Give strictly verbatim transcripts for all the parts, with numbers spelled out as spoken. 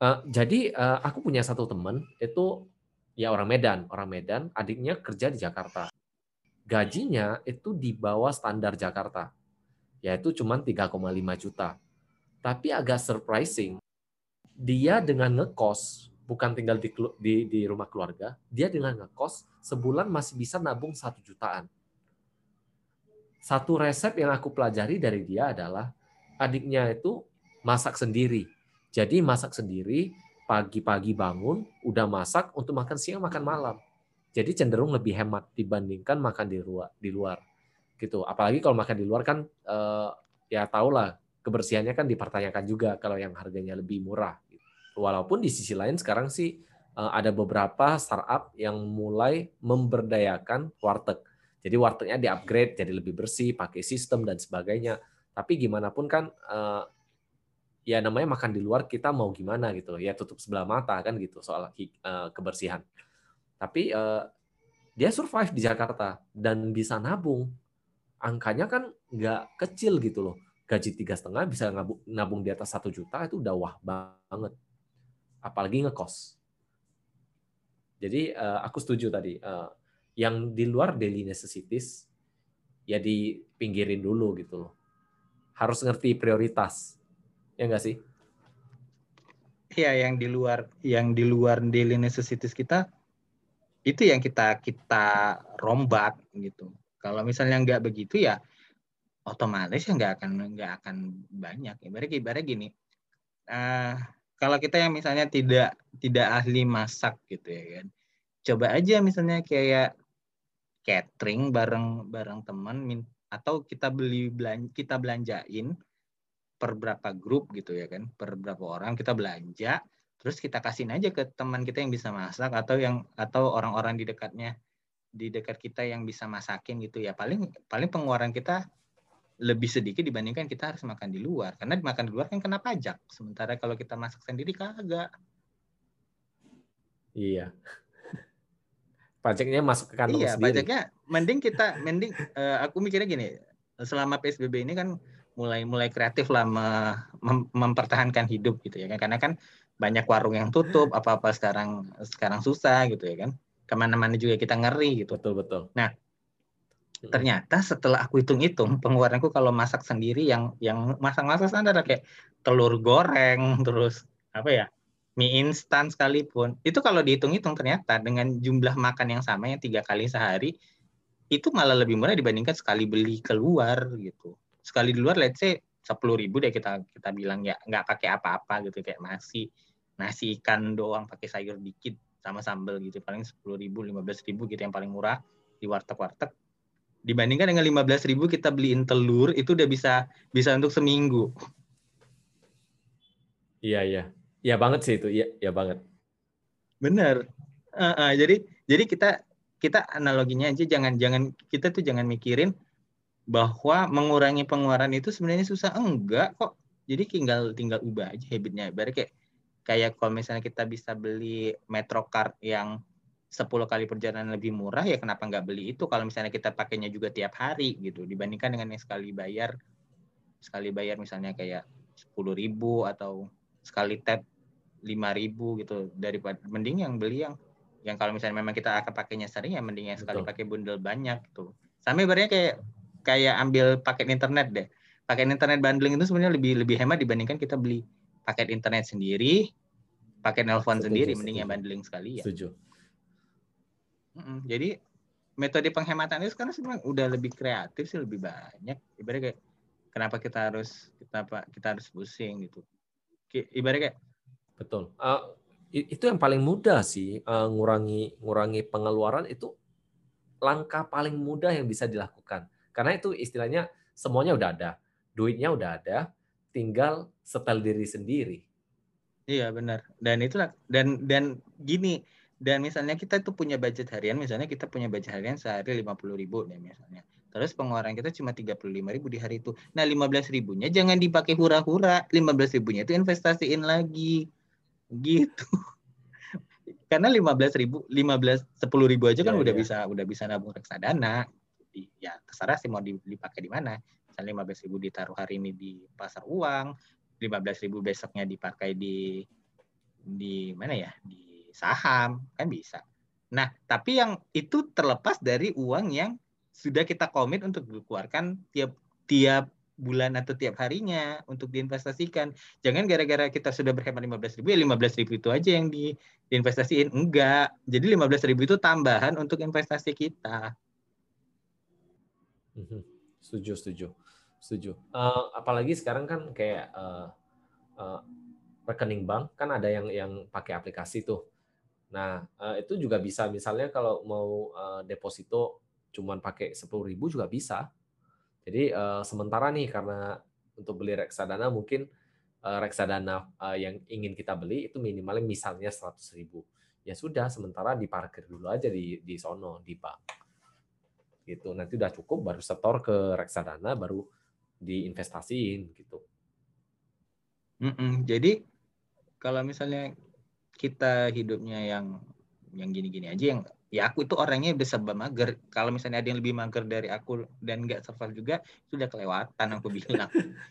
Uh, jadi uh, aku punya satu teman itu ya orang Medan, orang Medan, adiknya kerja di Jakarta. Gajinya itu di bawah standar Jakarta, yaitu cuma tiga koma lima juta. Tapi agak surprising, dia dengan ngekos, bukan tinggal di, di, di rumah keluarga, dia dengan ngekos sebulan masih bisa nabung satu jutaan. Satu resep yang aku pelajari dari dia adalah adiknya itu masak sendiri. Jadi masak sendiri, pagi-pagi bangun, udah masak untuk makan siang, makan malam. Jadi cenderung lebih hemat dibandingkan makan di luar. Di luar gitu. Apalagi kalau makan di luar kan eh, ya tahulah kebersihannya kan dipertanyakan juga kalau yang harganya lebih murah. Walaupun di sisi lain sekarang sih eh, ada beberapa startup yang mulai memberdayakan warteg. Jadi wartegnya di-upgrade jadi lebih bersih, pakai sistem dan sebagainya. Tapi gimana pun kan eh, ya namanya makan di luar kita mau gimana gitu loh. Ya tutup sebelah mata kan gitu soal eh, kebersihan. Tapi eh, dia survive di Jakarta dan bisa nabung. Angkanya kan nggak kecil gitu loh. Gaji tiga setengah bisa nabung di atas satu juta itu udah wah banget. Apalagi ngekos. Jadi eh, aku setuju tadi. Eh, yang di luar daily necessities ya dipinggirin dulu gitu loh. Harus ngerti prioritas. Ya nggak sih? Iya, yang di luar yang di luar daily necessities kita itu yang kita kita rombak gitu. Kalau misalnya nggak begitu ya otomatis ya nggak akan nggak akan banyak. Ibarat ibarat gini, uh, kalau kita yang misalnya tidak tidak ahli masak gitu ya kan, coba aja misalnya kayak catering bareng bareng teman atau kita beli belan, kita belanjain per berapa grup gitu ya kan, per berapa orang kita belanja, terus kita kasihin aja ke teman kita yang bisa masak atau yang atau orang-orang di dekatnya di dekat kita yang bisa masakin gitu ya, paling paling pengeluaran kita lebih sedikit dibandingkan kita harus makan di luar, karena makan di luar kan kena pajak, sementara kalau kita masak sendiri kagak. Iya. Pajaknya masuk ke kantong Iya, sendiri. pajaknya mending kita mending uh, aku mikirnya gini, selama P S B B ini kan mulai mulai kreatif lah mem, mempertahankan hidup gitu ya kan, karena kan banyak warung yang tutup, apa-apa sekarang sekarang susah gitu ya kan, kemana-mana juga kita ngeri gitu. Betul betul. Nah, ternyata setelah aku hitung-hitung pengeluaranku kalau masak sendiri yang yang masak-masak standar kayak telur goreng, terus apa ya, mie instan sekalipun, itu kalau dihitung-hitung ternyata dengan jumlah makan yang sama yang tiga kali sehari itu malah lebih murah dibandingkan sekali beli keluar gitu. Sekali di luar let's say sepuluh ribu deh kita kita bilang ya, nggak pakai apa-apa gitu, kayak nasi nasi ikan doang pakai sayur dikit sama sambal gitu, paling sepuluh ribu lima belas ribu gitu yang paling murah di warteg-warteg, dibandingkan dengan lima belas ribu kita beliin telur itu udah bisa bisa untuk seminggu. Iya iya. Iya banget sih itu. Iya iya banget. Bener. Uh, uh, jadi jadi kita kita analoginya aja, jangan jangan kita tuh jangan mikirin bahwa mengurangi pengeluaran itu sebenarnya susah, enggak kok. Jadi tinggal tinggal ubah aja habitnya. Ibarat kayak kayak kalau misalnya kita bisa beli Metrocard yang sepuluh kali perjalanan lebih murah, ya kenapa nggak beli itu kalau misalnya kita pakainya juga tiap hari gitu, dibandingkan dengan yang sekali bayar sekali bayar misalnya kayak sepuluh ribu atau sekali tap lima ribu gitu, daripada mending yang beli yang yang kalau misalnya memang kita akan pakainya sering, ya mending yang sekali Betul. pakai bundle banyak tuh. Sama ibaratnya kayak kayak ambil paket internet deh. Paket internet bundling itu sebenarnya lebih lebih hemat dibandingkan kita beli paket internet sendiri, paket nelpon Setuju sendiri, mending yang setuju. bundling sekali ya. Setuju. Jadi metode penghematan itu sekarang sebenarnya udah lebih kreatif sih, lebih banyak. Ibaratnya kayak kenapa kita harus kita kita harus pusing gitu. Ibaratnya kayak Betul. Uh, itu yang paling mudah sih, uh, ngurangi ngurangi pengeluaran itu langkah paling mudah yang bisa dilakukan. Karena itu istilahnya semuanya udah ada, duitnya udah ada, tinggal setel diri sendiri. iya benar. Dan itulah dan dan gini, dan misalnya kita tuh punya budget harian, misalnya kita punya budget harian sehari lima puluh ribu deh misalnya. Terus pengeluaran kita cuma tiga puluh lima ribu di hari itu. Nah, lima belas ribunya jangan dipakai hura-hura. lima belas ribunya itu investasiin lagi. Gitu. Karena lima belas ribu, lima belas sepuluh ribu aja kan Ya, udah ya. bisa udah bisa nabung reksadana. Ya terserah sih mau dipakai di mana. Misalnya lima belas ribu ditaruh hari ini di pasar uang, lima belas ribu besoknya dipakai di di mana ya, di saham kan bisa. Nah, tapi yang itu terlepas dari uang yang sudah kita komit untuk dikeluarkan tiap tiap bulan atau tiap harinya untuk diinvestasikan. Jangan gara-gara kita sudah berhemat lima belas ribu, ya lima belas ribu itu aja yang di, diinvestasiin. Enggak. Jadi lima belas ribu itu tambahan untuk investasi kita. Setuju, setuju. Setuju. Uh, apalagi sekarang kan kayak uh, uh, rekening bank kan ada yang yang pakai aplikasi tuh. Nah, uh, itu juga bisa misalnya kalau mau uh, deposito cuman pakai sepuluh ribu juga bisa. Jadi uh, sementara nih karena untuk beli reksadana mungkin uh, reksadana uh, yang ingin kita beli itu minimalnya misalnya seratus ribu. Ya sudah, sementara diparkir dulu aja di di sono di bank. Gitu. Nanti udah cukup baru setor ke reksadana baru diinvestasiin gitu. Mm-mm. Jadi kalau misalnya kita hidupnya yang yang gini-gini aja, yang ya aku itu orangnya udah serba mager. Kalau misalnya ada yang lebih mager dari aku dan nggak survive juga, sudah kelewatan aku bilang.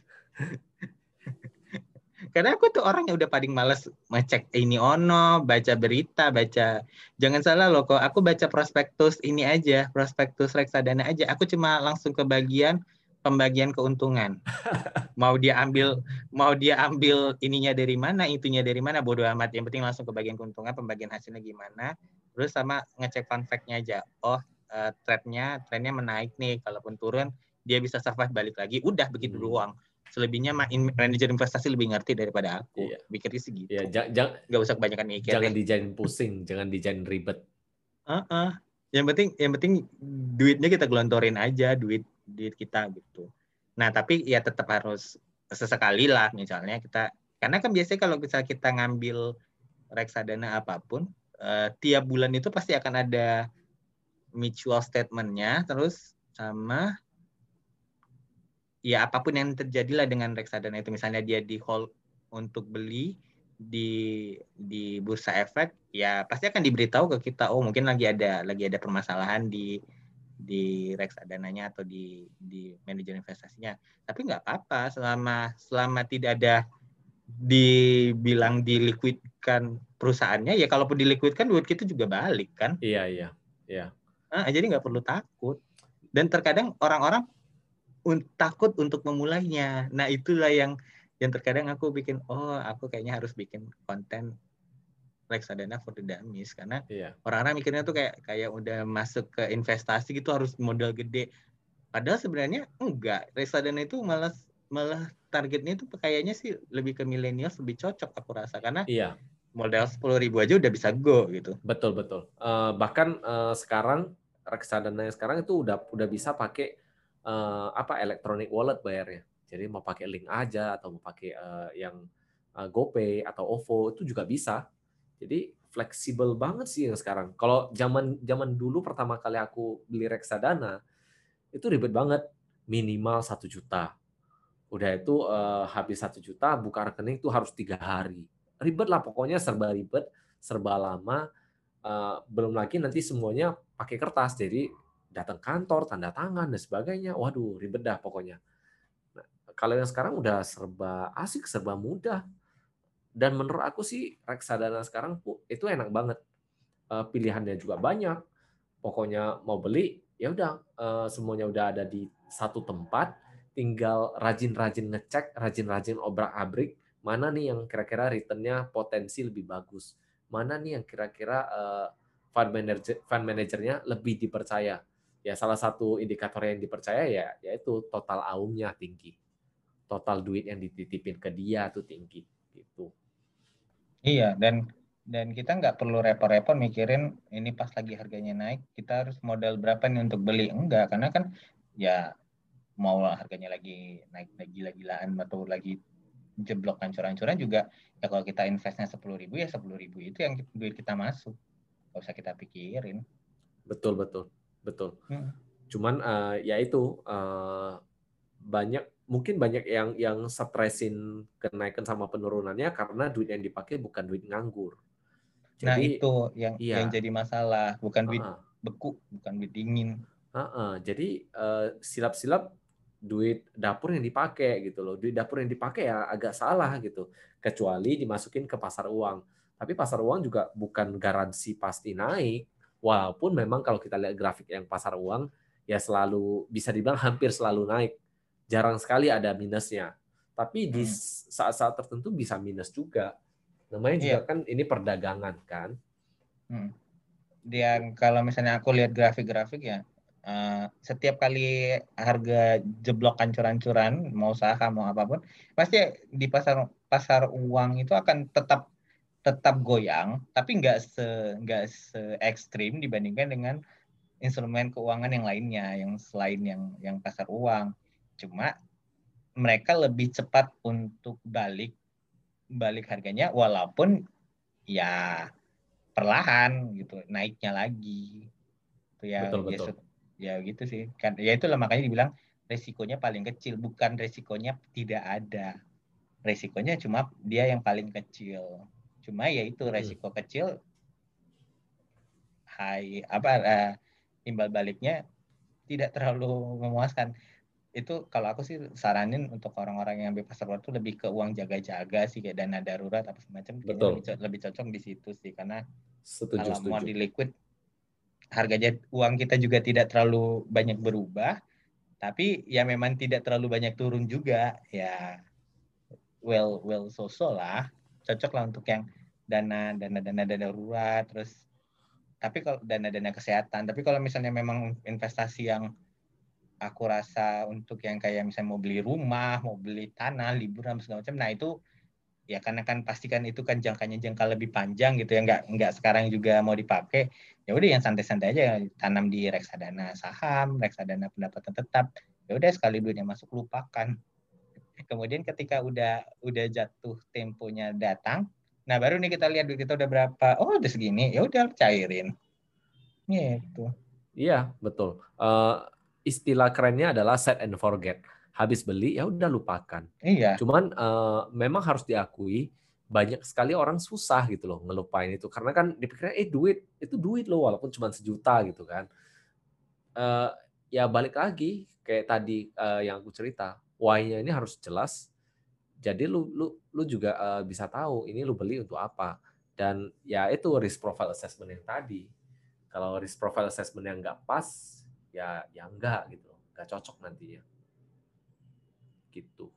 Karena aku tuh orang yang udah paling males ngecek ini ono, baca berita, baca. Jangan salah loh, kok aku baca prospektus ini aja, prospektus reksadana aja. Aku cuma langsung ke bagian pembagian keuntungan. Mau dia ambil mau dia ambil ininya dari mana, itunya dari mana, bodo amat. Yang penting langsung ke bagian keuntungan, pembagian hasilnya gimana. Terus sama ngecek fun fact-nya aja. Oh, uh, trendnya trendnya menaik nih. Kalaupun turun, dia bisa survive balik lagi. Udah begitu Hmm. doang. Selebihnya manajer investasi lebih ngerti daripada aku. Iya. Mikirnya segitu. Iya, jangan Nggak usah kebanyakan mikir jangan deh. dijadiin pusing, jangan dijadiin ribet. Uh-uh. Yang penting yang penting duitnya kita gelontorin aja, duit duit kita gitu. Nah, tapi ya tetap harus sesekali lah misalnya kita, karena kan biasanya kalau misalnya kita ngambil reksadana apapun, uh, tiap bulan itu pasti akan ada mutual statement-nya, terus sama ya apapun yang terjadilah dengan reksadana itu, misalnya dia di hold untuk beli di di bursa efek, ya pasti akan diberitahu ke kita, oh mungkin lagi ada lagi ada permasalahan di di reksadananya atau di di manajer investasinya. Tapi nggak apa-apa selama selama tidak ada dibilang dilikuidkan perusahaannya, ya kalaupun dilikuidkan duit kita juga balik kan. Iya, iya, iya. Nah, jadi nggak perlu takut. Dan terkadang orang-orang un- takut untuk memulainya. Nah, itulah yang yang terkadang aku bikin, oh aku kayaknya harus bikin konten reksadana for the dummies, karena Iya. orang-orang mikirnya tuh kayak kayak udah masuk ke investasi gitu harus modal gede. Padahal sebenarnya enggak. Reksadana itu malah malah targetnya itu kayaknya sih lebih ke milenial, lebih cocok aku rasa, karena Iya. modal sepuluh ribu aja udah bisa go gitu. Betul, betul. Uh, bahkan uh, sekarang reksadana yang sekarang itu udah udah bisa pakai uh, apa electronic wallet bayarnya. Jadi mau pakai link aja atau mau pakai uh, yang uh, GoPay atau OVO itu juga bisa. Jadi fleksibel banget sih yang sekarang. Kalau zaman zaman dulu pertama kali aku beli reksadana itu ribet banget, minimal satu juta. Udah itu uh, habis satu juta buka rekening itu harus tiga hari. Ribet lah pokoknya, serba ribet, serba lama. Uh, belum lagi nanti semuanya pakai kertas, jadi datang kantor, tanda tangan dan sebagainya. Waduh, ribet dah pokoknya. Nah, kalau yang sekarang udah serba asik, serba mudah. Dan menurut aku sih reksadana sekarang itu enak banget. Uh, pilihannya juga banyak. Pokoknya mau beli, ya udah uh, semuanya udah ada di satu tempat. Tinggal rajin-rajin ngecek, rajin-rajin obrak-abrik mana nih yang kira-kira returnnya potensi lebih bagus. Mana nih yang kira-kira uh, fund manager fund manajernya lebih dipercaya. Ya salah satu indikator yang dipercaya ya yaitu total aumnya tinggi. Total duit yang dititipin ke dia tuh tinggi gitu. Iya, dan dan kita nggak perlu repot-repot mikirin ini pas lagi harganya naik, kita harus modal berapa nih untuk beli. Enggak, karena kan ya mau harganya lagi naik lagi gila-gilaan atau lagi jeblok hancur-hancuran juga, ya kalau kita investnya sepuluh ribu ya sepuluh ribu itu yang duit kita masuk. Nggak usah kita pikirin. Betul, betul, betul. Hmm. Cuman uh, ya itu uh, banyak mungkin banyak yang yang stresin kenaikan sama penurunannya karena duit yang dipakai bukan duit nganggur. Nah Jadi itu yang yang iya, jadi masalah, bukan duit uh-uh, beku, bukan duit dingin. uh-uh. Jadi uh, silap-silap duit dapur yang dipakai gitu loh. Duit dapur yang dipakai ya agak salah gitu. Kecuali dimasukin ke pasar uang. Tapi pasar uang juga bukan garansi pasti naik. Walaupun memang kalau kita lihat grafik yang pasar uang, ya selalu bisa dibilang hampir selalu naik. Jarang sekali ada minusnya. Tapi di Hmm. saat-saat tertentu bisa minus juga. Namanya juga Iya. kan ini perdagangan kan. Hmm. Dia kalau misalnya aku lihat grafik-grafik ya, uh, setiap kali harga jeblok ancur-ancuran, mau saham mau apapun, pasti di pasar pasar uang itu akan tetap tetap goyang, tapi nggak se nggak se ekstrim dibandingkan dengan instrumen keuangan yang lainnya, yang selain yang yang pasar uang. Cuma mereka lebih cepat untuk balik balik harganya, walaupun ya perlahan gitu naiknya lagi. Itu ya Betul ya, betul. ya gitu sih kan, ya itulah makanya dibilang resikonya paling kecil, bukan resikonya tidak ada, resikonya cuma dia yang paling kecil, cuma ya itu Mm-mm. resiko kecil, high apa uh, imbal baliknya tidak terlalu memuaskan. Itu kalau aku sih saranin untuk orang-orang yang ambil pasar uang itu lebih ke uang jaga-jaga sih, kayak dana darurat apa semacam, kayaknya lebih Betul. lebih cocok di situ sih, karena Setuju, kalau mau setuju. di liquid harganya uang kita juga tidak terlalu banyak berubah, tapi ya memang tidak terlalu banyak turun juga, ya well well so-so lah, cocok lah untuk yang dana dana dana dana darurat, terus tapi kalau dana dana kesehatan, tapi kalau misalnya memang investasi yang aku rasa untuk yang kayak misalnya mau beli rumah, mau beli tanah, liburan segala macam, nah itu ya karena kan pastikan itu kan jangkanya jangka lebih panjang gitu ya, nggak nggak sekarang juga mau dipakai, ya udah yang santai-santai aja, tanam di reksadana saham, reksadana pendapatan tetap, ya udah sekali duitnya masuk lupakan, kemudian ketika udah udah jatuh temponya datang, nah baru nih kita lihat duit kita udah berapa, oh udah segini, ya udah cairin gitu. Iya, betul. Uh, istilah kerennya adalah set and forget. Habis beli, ya udah lupakan. Iya. Cuman uh, memang harus diakui, banyak sekali orang susah gitu loh ngelupain itu. Karena kan dipikirnya, eh duit, itu duit loh walaupun cuma sejuta gitu kan. Uh, ya balik lagi, kayak tadi uh, yang aku cerita, why-nya ini harus jelas. Jadi lu lu lu juga uh, bisa tahu ini lu beli untuk apa. Dan ya itu risk profile assessment yang tadi. Kalau risk profile assessment yang nggak pas, ya ya enggak gitu, nggak cocok nantinya. Gitu.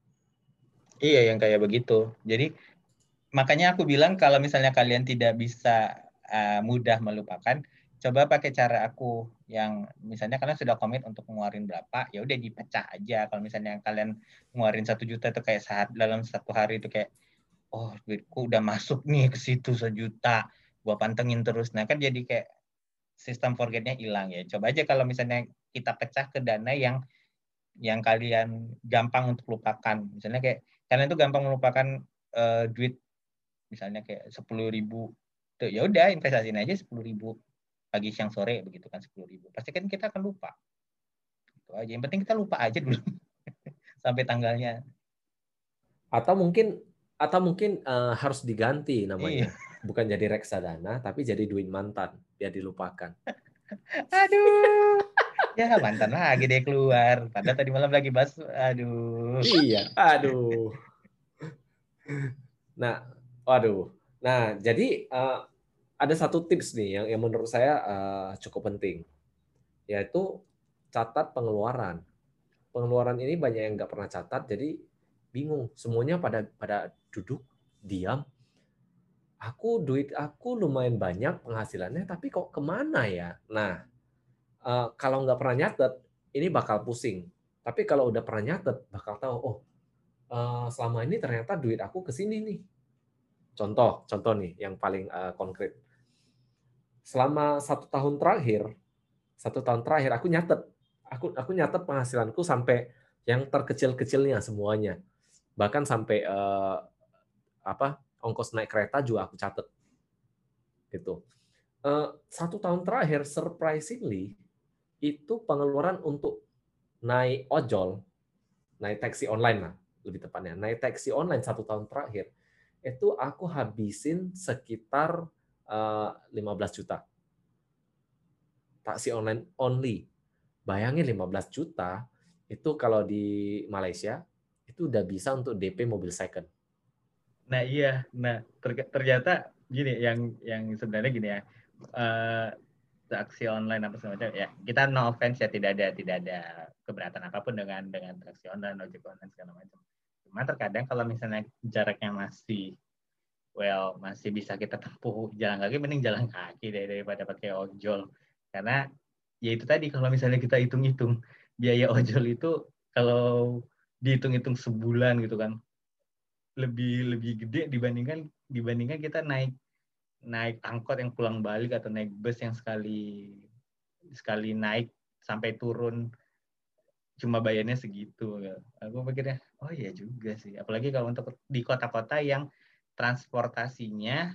Iya yang kayak begitu. Jadi makanya aku bilang kalau misalnya kalian tidak bisa uh, mudah melupakan, coba pakai cara aku yang misalnya kalian sudah komit untuk ngeluarin berapa, ya udah dipecah aja. Kalau misalnya kalian ngeluarin satu juta itu kayak saat dalam satu hari itu kayak, oh duitku udah masuk nih ke situ sejuta, gua pantengin terus. Nah kan jadi kayak sistem forgetnya hilang ya. Coba aja kalau misalnya kita pecah ke dana yang yang kalian gampang untuk lupakan. Misalnya kayak kalian tuh gampang melupakan uh, duit misalnya kayak sepuluh ribu, tuh ya udah investasiin aja sepuluh ribu pagi siang sore begitu kan, sepuluh ribu pasti kan kita akan lupa, itu aja yang penting kita lupa aja dulu sampai tanggalnya. Atau mungkin atau mungkin uh, harus diganti Iya. namanya. Bukan jadi reksadana, tapi jadi duit mantan, biar dilupakan. Aduh, ya mantan lagi deh keluar padahal tadi malam lagi bahas, aduh. Iya, aduh. Nah, waduh. Nah, jadi uh, ada satu tips nih yang, yang menurut saya uh, cukup penting, yaitu catat pengeluaran. Pengeluaran ini banyak yang nggak pernah catat, jadi bingung. Semuanya pada pada duduk diam. Aku duit aku lumayan banyak penghasilannya, tapi kok kemana ya? Nah, eh, kalau nggak pernah nyatet, ini bakal pusing. Tapi kalau udah pernah nyatet, bakal tahu. Oh, eh, selama ini ternyata duit aku ke sini nih. Contoh, contoh nih yang paling eh, konkret. Selama satu tahun terakhir, satu tahun terakhir aku nyatet, aku aku nyatet penghasilanku sampai yang terkecil-kecilnya semuanya. Bahkan sampai eh, apa ongkos naik kereta juga aku catat gitu. Eh, satu tahun terakhir surprisingly itu pengeluaran untuk naik ojol, naik taksi online lah lebih tepatnya, naik taksi online satu tahun terakhir itu aku habisin sekitar eh, lima belas juta taksi online only. Bayangin lima belas juta itu kalau di Malaysia itu udah bisa untuk D P mobil second. Nah iya, nah ter- ternyata gini, yang yang sebenarnya gini ya, uh, taksi online apa semacam ya, kita no offense ya, tidak ada tidak ada keberatan apapun dengan dengan taksi online, ojek online segala macam. Cuma terkadang kalau misalnya jaraknya masih well masih bisa kita tempuh jalan kaki, mending jalan kaki deh daripada pakai ojol. Karena ya itu tadi, kalau misalnya kita hitung-hitung biaya ojol itu kalau dihitung-hitung sebulan gitu kan, lebih lebih gede dibandingkan dibandingkan kita naik naik angkot yang pulang balik atau naik bus yang sekali sekali naik sampai turun cuma bayarnya segitu. Aku pikirnya, oh iya juga sih. Apalagi kalau untuk di kota-kota yang transportasinya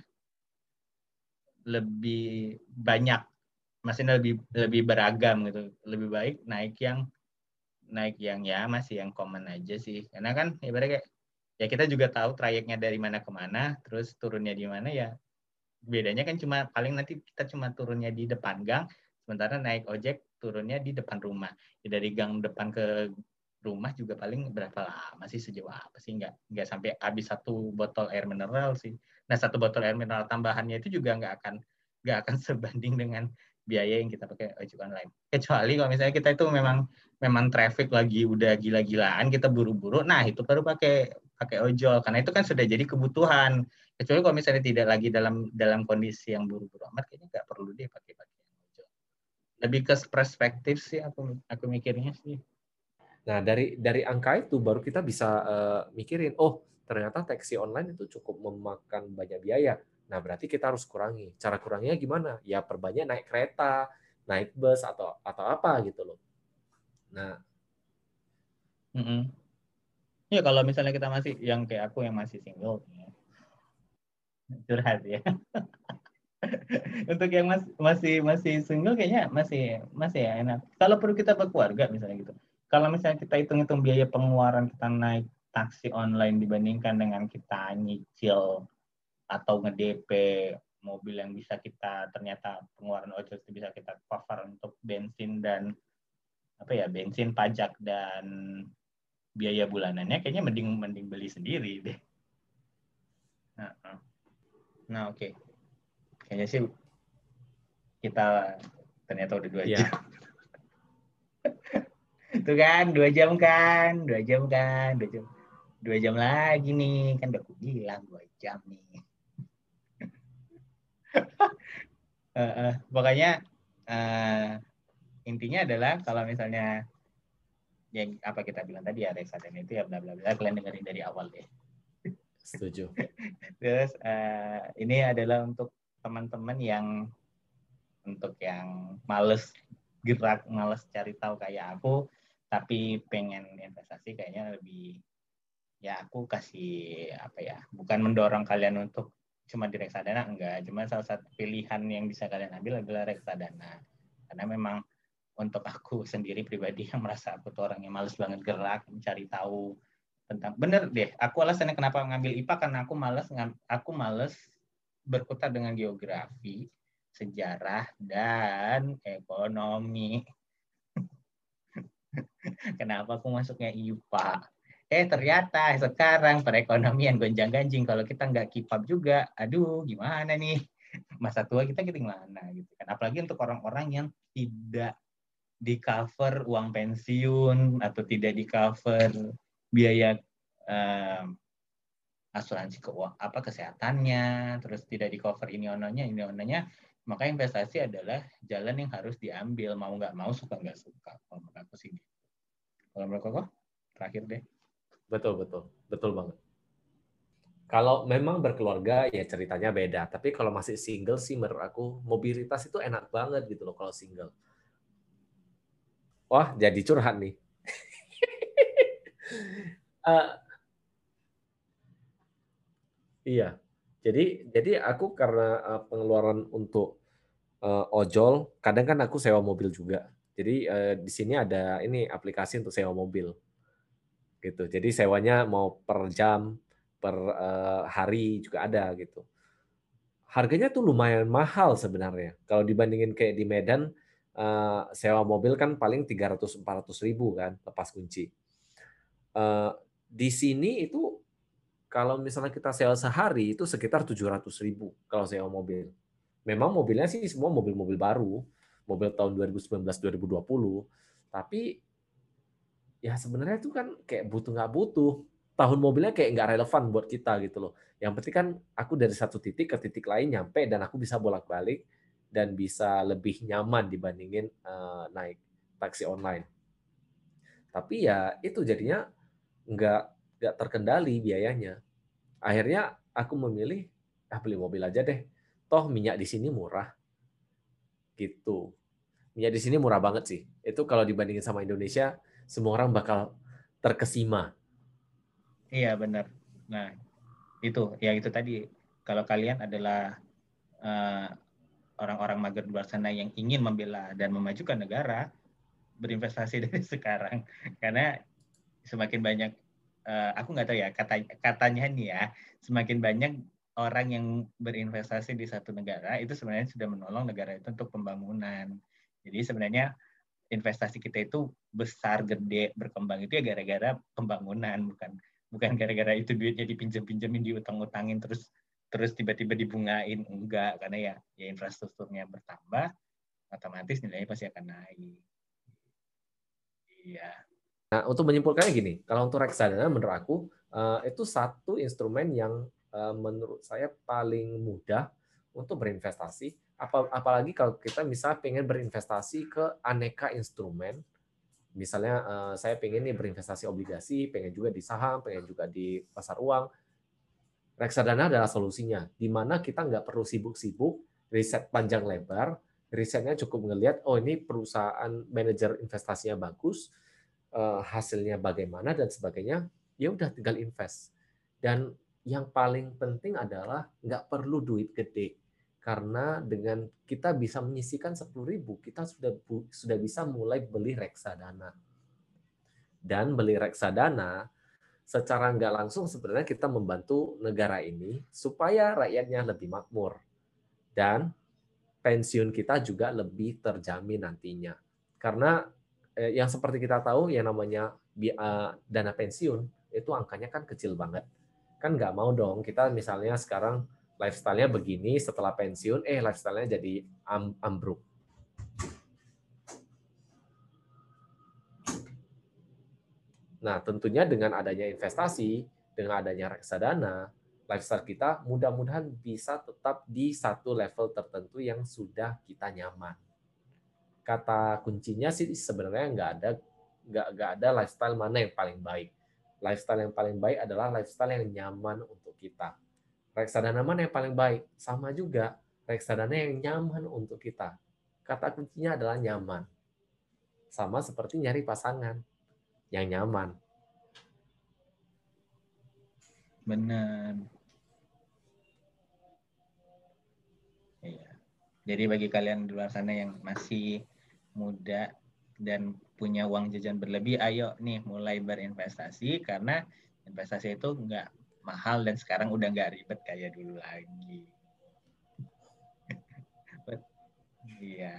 lebih banyak, maksudnya lebih lebih beragam gitu. Lebih baik naik yang naik yang ya masih yang common aja sih. Karena kan ibaratnya kayak ya kita juga tahu trayeknya dari mana ke mana, terus turunnya di mana ya. Bedanya kan cuma paling nanti kita cuma turunnya di depan gang, sementara naik ojek turunnya di depan rumah. Ya, dari gang depan ke rumah juga paling berapa lama sih, sejauh apa sih, nggak nggak sampai habis satu botol air mineral sih. Nah satu botol air mineral tambahannya itu juga nggak akan nggak akan sebanding dengan biaya yang kita pakai ojek online. Kecuali kalau misalnya kita itu memang memang traffic lagi udah gila-gilaan, kita buru-buru, nah itu baru pakai pakai ojol, karena itu kan sudah jadi kebutuhan. Kecuali kalau misalnya tidak lagi dalam dalam kondisi yang buru-buru amat, kayaknya nggak perlu deh pakai pakai ojol. Lebih ke perspektif sih aku aku mikirnya sih. Nah, dari dari angka itu baru kita bisa uh, mikirin, oh ternyata taksi online itu cukup memakan banyak biaya. Nah, berarti kita harus kurangi. Cara kuranginya gimana? Ya perbanyak naik kereta, naik bus atau atau apa gitu loh. Nah, Mm-mm. Ya kalau misalnya kita masih yang kayak aku yang masih single, ya, curhat ya. Untuk yang mas, masih masih single kayaknya masih masih ya enak. Kalau perlu kita berkeluarga misalnya gitu. Kalau misalnya kita hitung-hitung biaya pengeluaran kita naik taksi online dibandingkan dengan kita nyicil atau nge-D P mobil yang bisa kita, ternyata pengeluaran ojol itu bisa kita cover untuk bensin dan apa ya, bensin, pajak dan biaya bulanannya, kayaknya mending mending beli sendiri deh. Nah, nah oke. Okay. Kayaknya sih kita ternyata udah dua jam. ya. Tuh kan, dua jam kan, dua jam kan, dua jam, dua jam lagi nih, kan udah aku bilang dua jam nih. uh, uh, pokoknya uh, intinya adalah kalau misalnya yang apa kita bilang tadi ya, reksadana itu ya bla bla bla, kalian dengerin dari awal deh. Setuju. Terus uh, ini adalah untuk teman-teman yang untuk yang males gerak, males cari tahu kayak aku, tapi pengen investasi, kayaknya lebih ya aku kasih apa ya, bukan mendorong kalian untuk cuma di reksadana, enggak, cuma salah satu pilihan yang bisa kalian ambil adalah reksadana. Karena memang untuk aku sendiri pribadi yang merasa aku tuh orang yang males banget gerak mencari tahu tentang, bener deh, aku alasannya kenapa ngambil I P A karena aku males aku males berkutat dengan geografi, sejarah, dan ekonomi. Kenapa aku masuknya I P A? Eh ternyata sekarang perekonomian gonjang-ganjing, kalau kita nggak keep up juga, aduh gimana nih, masa tua kita kita gimana gitu kan. Apalagi untuk orang-orang yang tidak di cover uang pensiun atau tidak di cover biaya um, asuransi keuangan apa kesehatannya, terus tidak di cover ini ononya ini ononya, maka investasi adalah jalan yang harus diambil, mau nggak mau, suka nggak suka. Kalau menurut aku sih. Kalau menurut kok terakhir deh. Betul, betul. Betul banget. Kalau memang berkeluarga ya ceritanya beda, tapi kalau masih single sih menurut aku mobilitas itu enak banget gitu loh kalau single. Wah, jadi curhat nih. uh, iya. Jadi jadi aku karena uh, pengeluaran untuk uh, ojol, kadang kan aku sewa mobil juga. Jadi uh, di sini ada ini aplikasi untuk sewa mobil gitu. Jadi sewanya mau per jam, per uh, hari juga ada gitu. Harganya tuh lumayan mahal sebenarnya. Kalau dibandingin kayak di Medan, uh, sewa mobil kan paling tiga ratus empat ratus ribu kan lepas kunci. Uh, di sini itu kalau misalnya kita sewa sehari itu sekitar tujuh ratus ribu kalau sewa mobil. Memang mobilnya sih semua mobil-mobil baru, mobil tahun dua ribu sembilan belas dua ribu dua puluh, tapi ya sebenarnya itu kan kayak butuh nggak butuh. Tahun mobilnya kayak nggak relevan buat kita gitu loh. Yang penting kan aku dari satu titik ke titik lain nyampe dan aku bisa bolak-balik dan bisa lebih nyaman dibandingin uh, naik taksi online. Tapi ya itu jadinya nggak nggak terkendali biayanya. Akhirnya aku memilih ah beli mobil aja deh. Toh minyak di sini murah gitu. Minyak di sini murah banget sih. Itu kalau dibandingin sama Indonesia, semua orang bakal terkesima. Iya benar. Nah itu, ya itu tadi. Kalau kalian adalah uh, orang-orang mager di luar sana yang ingin membela dan memajukan negara, berinvestasi dari sekarang. Karena semakin banyak, uh, aku nggak tahu ya, kata, katanya nih ya, semakin banyak orang yang berinvestasi di satu negara, itu sebenarnya sudah menolong negara itu untuk pembangunan. Jadi sebenarnya investasi kita itu besar, gede, berkembang itu ya gara-gara pembangunan, bukan bukan gara-gara itu duitnya dipinjam-pinjemin, diutang-utangin terus terus tiba-tiba dibungain, enggak, karena ya ya infrastrukturnya bertambah, otomatis nilainya pasti akan naik. Iya. Nah, untuk menyimpulkannya gini, kalau untuk reksadana menurut aku itu satu instrumen yang menurut saya paling mudah untuk berinvestasi. Apalagi kalau kita misalnya pengen berinvestasi ke aneka instrumen. Misalnya saya pengen nih berinvestasi obligasi, pengen juga di saham, pengen juga di pasar uang. Reksadana adalah solusinya, di mana kita nggak perlu sibuk-sibuk, riset panjang lebar, risetnya cukup ngelihat, oh ini perusahaan manajer investasinya bagus, hasilnya bagaimana dan sebagainya, ya udah tinggal invest. Dan yang paling penting adalah nggak perlu duit gede, karena dengan kita bisa menyisihkan sepuluh ribu, kita sudah sudah bisa mulai beli reksadana. Dan beli reksadana secara nggak langsung sebenarnya kita membantu negara ini supaya rakyatnya lebih makmur dan pensiun kita juga lebih terjamin nantinya. Karena eh, yang seperti kita tahu yang namanya uh, dana pensiun itu angkanya kan kecil banget. Kan nggak mau dong kita misalnya sekarang lifestyle-nya begini, setelah pensiun eh lifestyle-nya jadi am ambruk. Nah, tentunya dengan adanya investasi, dengan adanya reksadana, lifestyle kita mudah-mudahan bisa tetap di satu level tertentu yang sudah kita nyaman. Kata kuncinya sih sebenarnya nggak ada nggak nggak ada lifestyle mana yang paling baik. Lifestyle yang paling baik adalah lifestyle yang nyaman untuk kita. Reksadana mana yang paling baik? Sama juga, reksadana yang nyaman untuk kita. Kata kuncinya adalah nyaman. Sama seperti nyari pasangan yang nyaman. Benar. Iya. Jadi bagi kalian di luar sana yang masih muda dan punya uang jajan berlebih, ayo nih mulai berinvestasi, karena investasi itu nggak mahal dan sekarang udah nggak ribet kayak dulu lagi. Iya.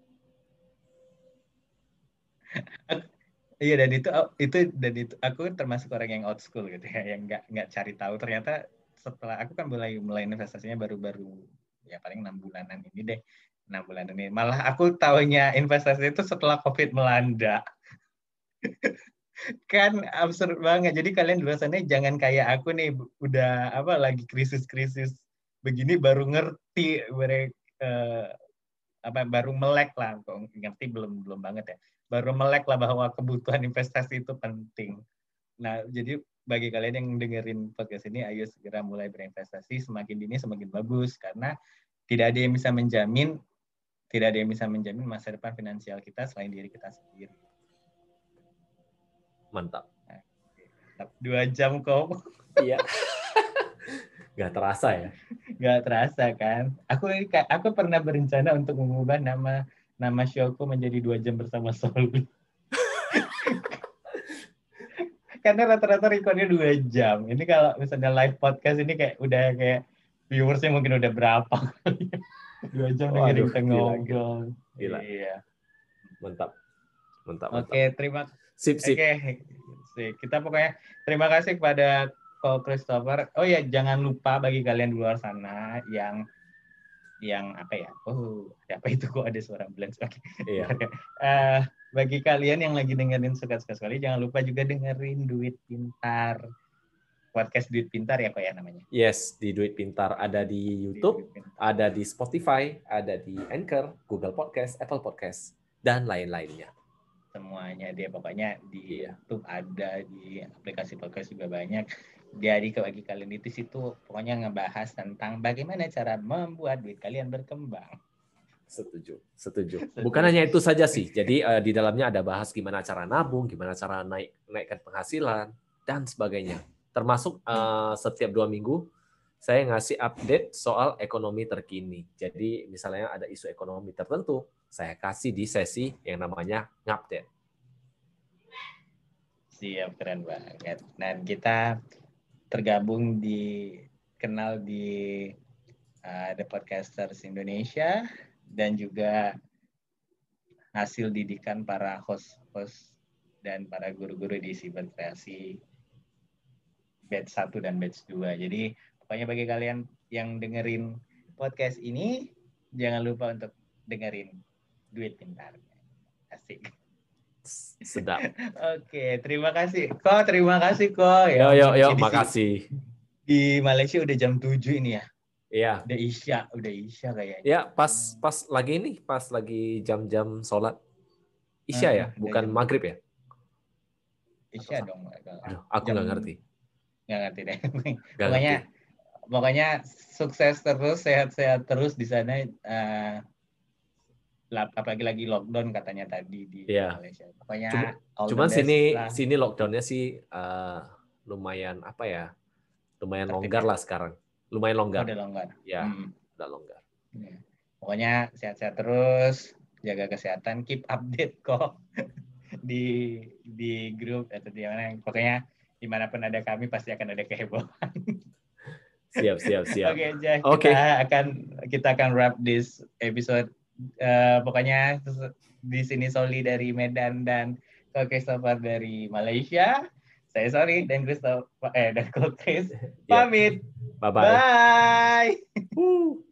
Iya, dan itu itu dan itu aku termasuk orang yang old school gitu ya, yang nggak nggak cari tahu. Ternyata setelah aku kan mulai mulai investasinya baru-baru ya paling enam bulanan ini deh, enam bulan ini. Malah aku tahunya investasi itu setelah COVID melanda. Kan absurd banget. Jadi kalian di luar sana jangan kayak aku nih, udah apa lagi krisis-krisis begini baru ngerti, baru eh, apa baru melek lah, kok ngerti belum belum banget ya. Baru melek lah bahwa kebutuhan investasi itu penting. Nah, jadi bagi kalian yang dengerin podcast ini, ayo segera mulai berinvestasi. Semakin dini semakin bagus, karena tidak ada yang bisa menjamin, tidak ada yang bisa menjamin masa depan finansial kita selain diri kita sendiri. Mantap. Nah, dua jam kok. Iya. Gak terasa ya? Gak terasa kan? Aku aku pernah berencana untuk mengubah nama nama showku menjadi dua jam bersama Soli. Karena rata-rata recordnya dua jam. Ini kalau misalnya live podcast ini kayak udah kayak viewersnya mungkin udah berapa kali. Dua jam Oh, dengerin aduh, kita gila, ngobrol. gila. Iya. Mantap. Mantap, Oke, mantap. terima Sip, sip. Oke, sip. Kita pokoknya terima kasih kepada Ko Christopher. Oh ya, jangan lupa bagi kalian di luar sana yang yang apa ya? Oh, apa itu kok ada suara blank? Oke. Iya. uh, bagi kalian yang lagi dengerin suka-suka sekali, jangan lupa juga dengerin Duit Pintar. Podcast Duit Pintar ya kok ya namanya? Yes, di Duit Pintar ada di YouTube, di ada di Spotify, ada di Anchor, Google Podcast, Apple Podcast, dan lain-lainnya. Semuanya dia pokoknya di iya. YouTube ada, di aplikasi podcast juga banyak. Jadi bagi kalian di situ pokoknya ngebahas tentang bagaimana cara membuat duit kalian berkembang. Setuju, setuju. Bukan hanya itu saja sih. Jadi uh, di dalamnya ada bahas gimana cara nabung, gimana cara naik naikkan penghasilan dan sebagainya. Termasuk uh, setiap dua minggu saya ngasih update soal ekonomi terkini. Jadi misalnya ada isu ekonomi tertentu, saya kasih di sesi yang namanya ngupdate. Siap, keren banget. Dan kita tergabung di kenal di uh, The Podcasters Indonesia dan juga hasil didikan para host-host dan para guru-guru di Siber Kreasi batch satu dan batch dua. Jadi pokoknya bagi kalian yang dengerin podcast ini, jangan lupa untuk dengerin Duit Pintar. Asik. Sedap. Oke, terima kasih. Ko, terima kasih Ko. Ya, yo, yo, yo, makasih. Di Malaysia udah jam tujuh ini ya? Iya. Udah Isya, udah Isya kayaknya. Ya, pas pas lagi ini, pas lagi jam-jam sholat Isya ya, uh, bukan maghrib ya? Isya dong. Aduh, aku nggak ngerti. Nggak ngerti deh. Gak pokoknya ngerti. pokoknya sukses terus, sehat-sehat terus di sana. Uh, apalagi lagi lockdown katanya tadi di yeah. Malaysia. Pokoknya cuma, cuman sini lah. Sini lockdownnya sih uh, lumayan apa ya? Lumayan Tertib longgar ya? Lah sekarang. Lumayan longgar. Oh, udah longgar. Ya, hmm. udah longgar. Ya. Pokoknya sehat-sehat terus, jaga kesehatan, keep update kok di di grup atau di mana. Pokoknya dimanapun ada kami pasti akan ada kehebohan. Siap, siap, siap. Oke, okay, kita okay. akan kita akan wrap this episode. Uh, pokoknya di sini Soli dari Medan dan Ko Christopher dari Malaysia. Saya sorry dan Christopher eh dan Ko Chris pamit. Bye bye. Bye.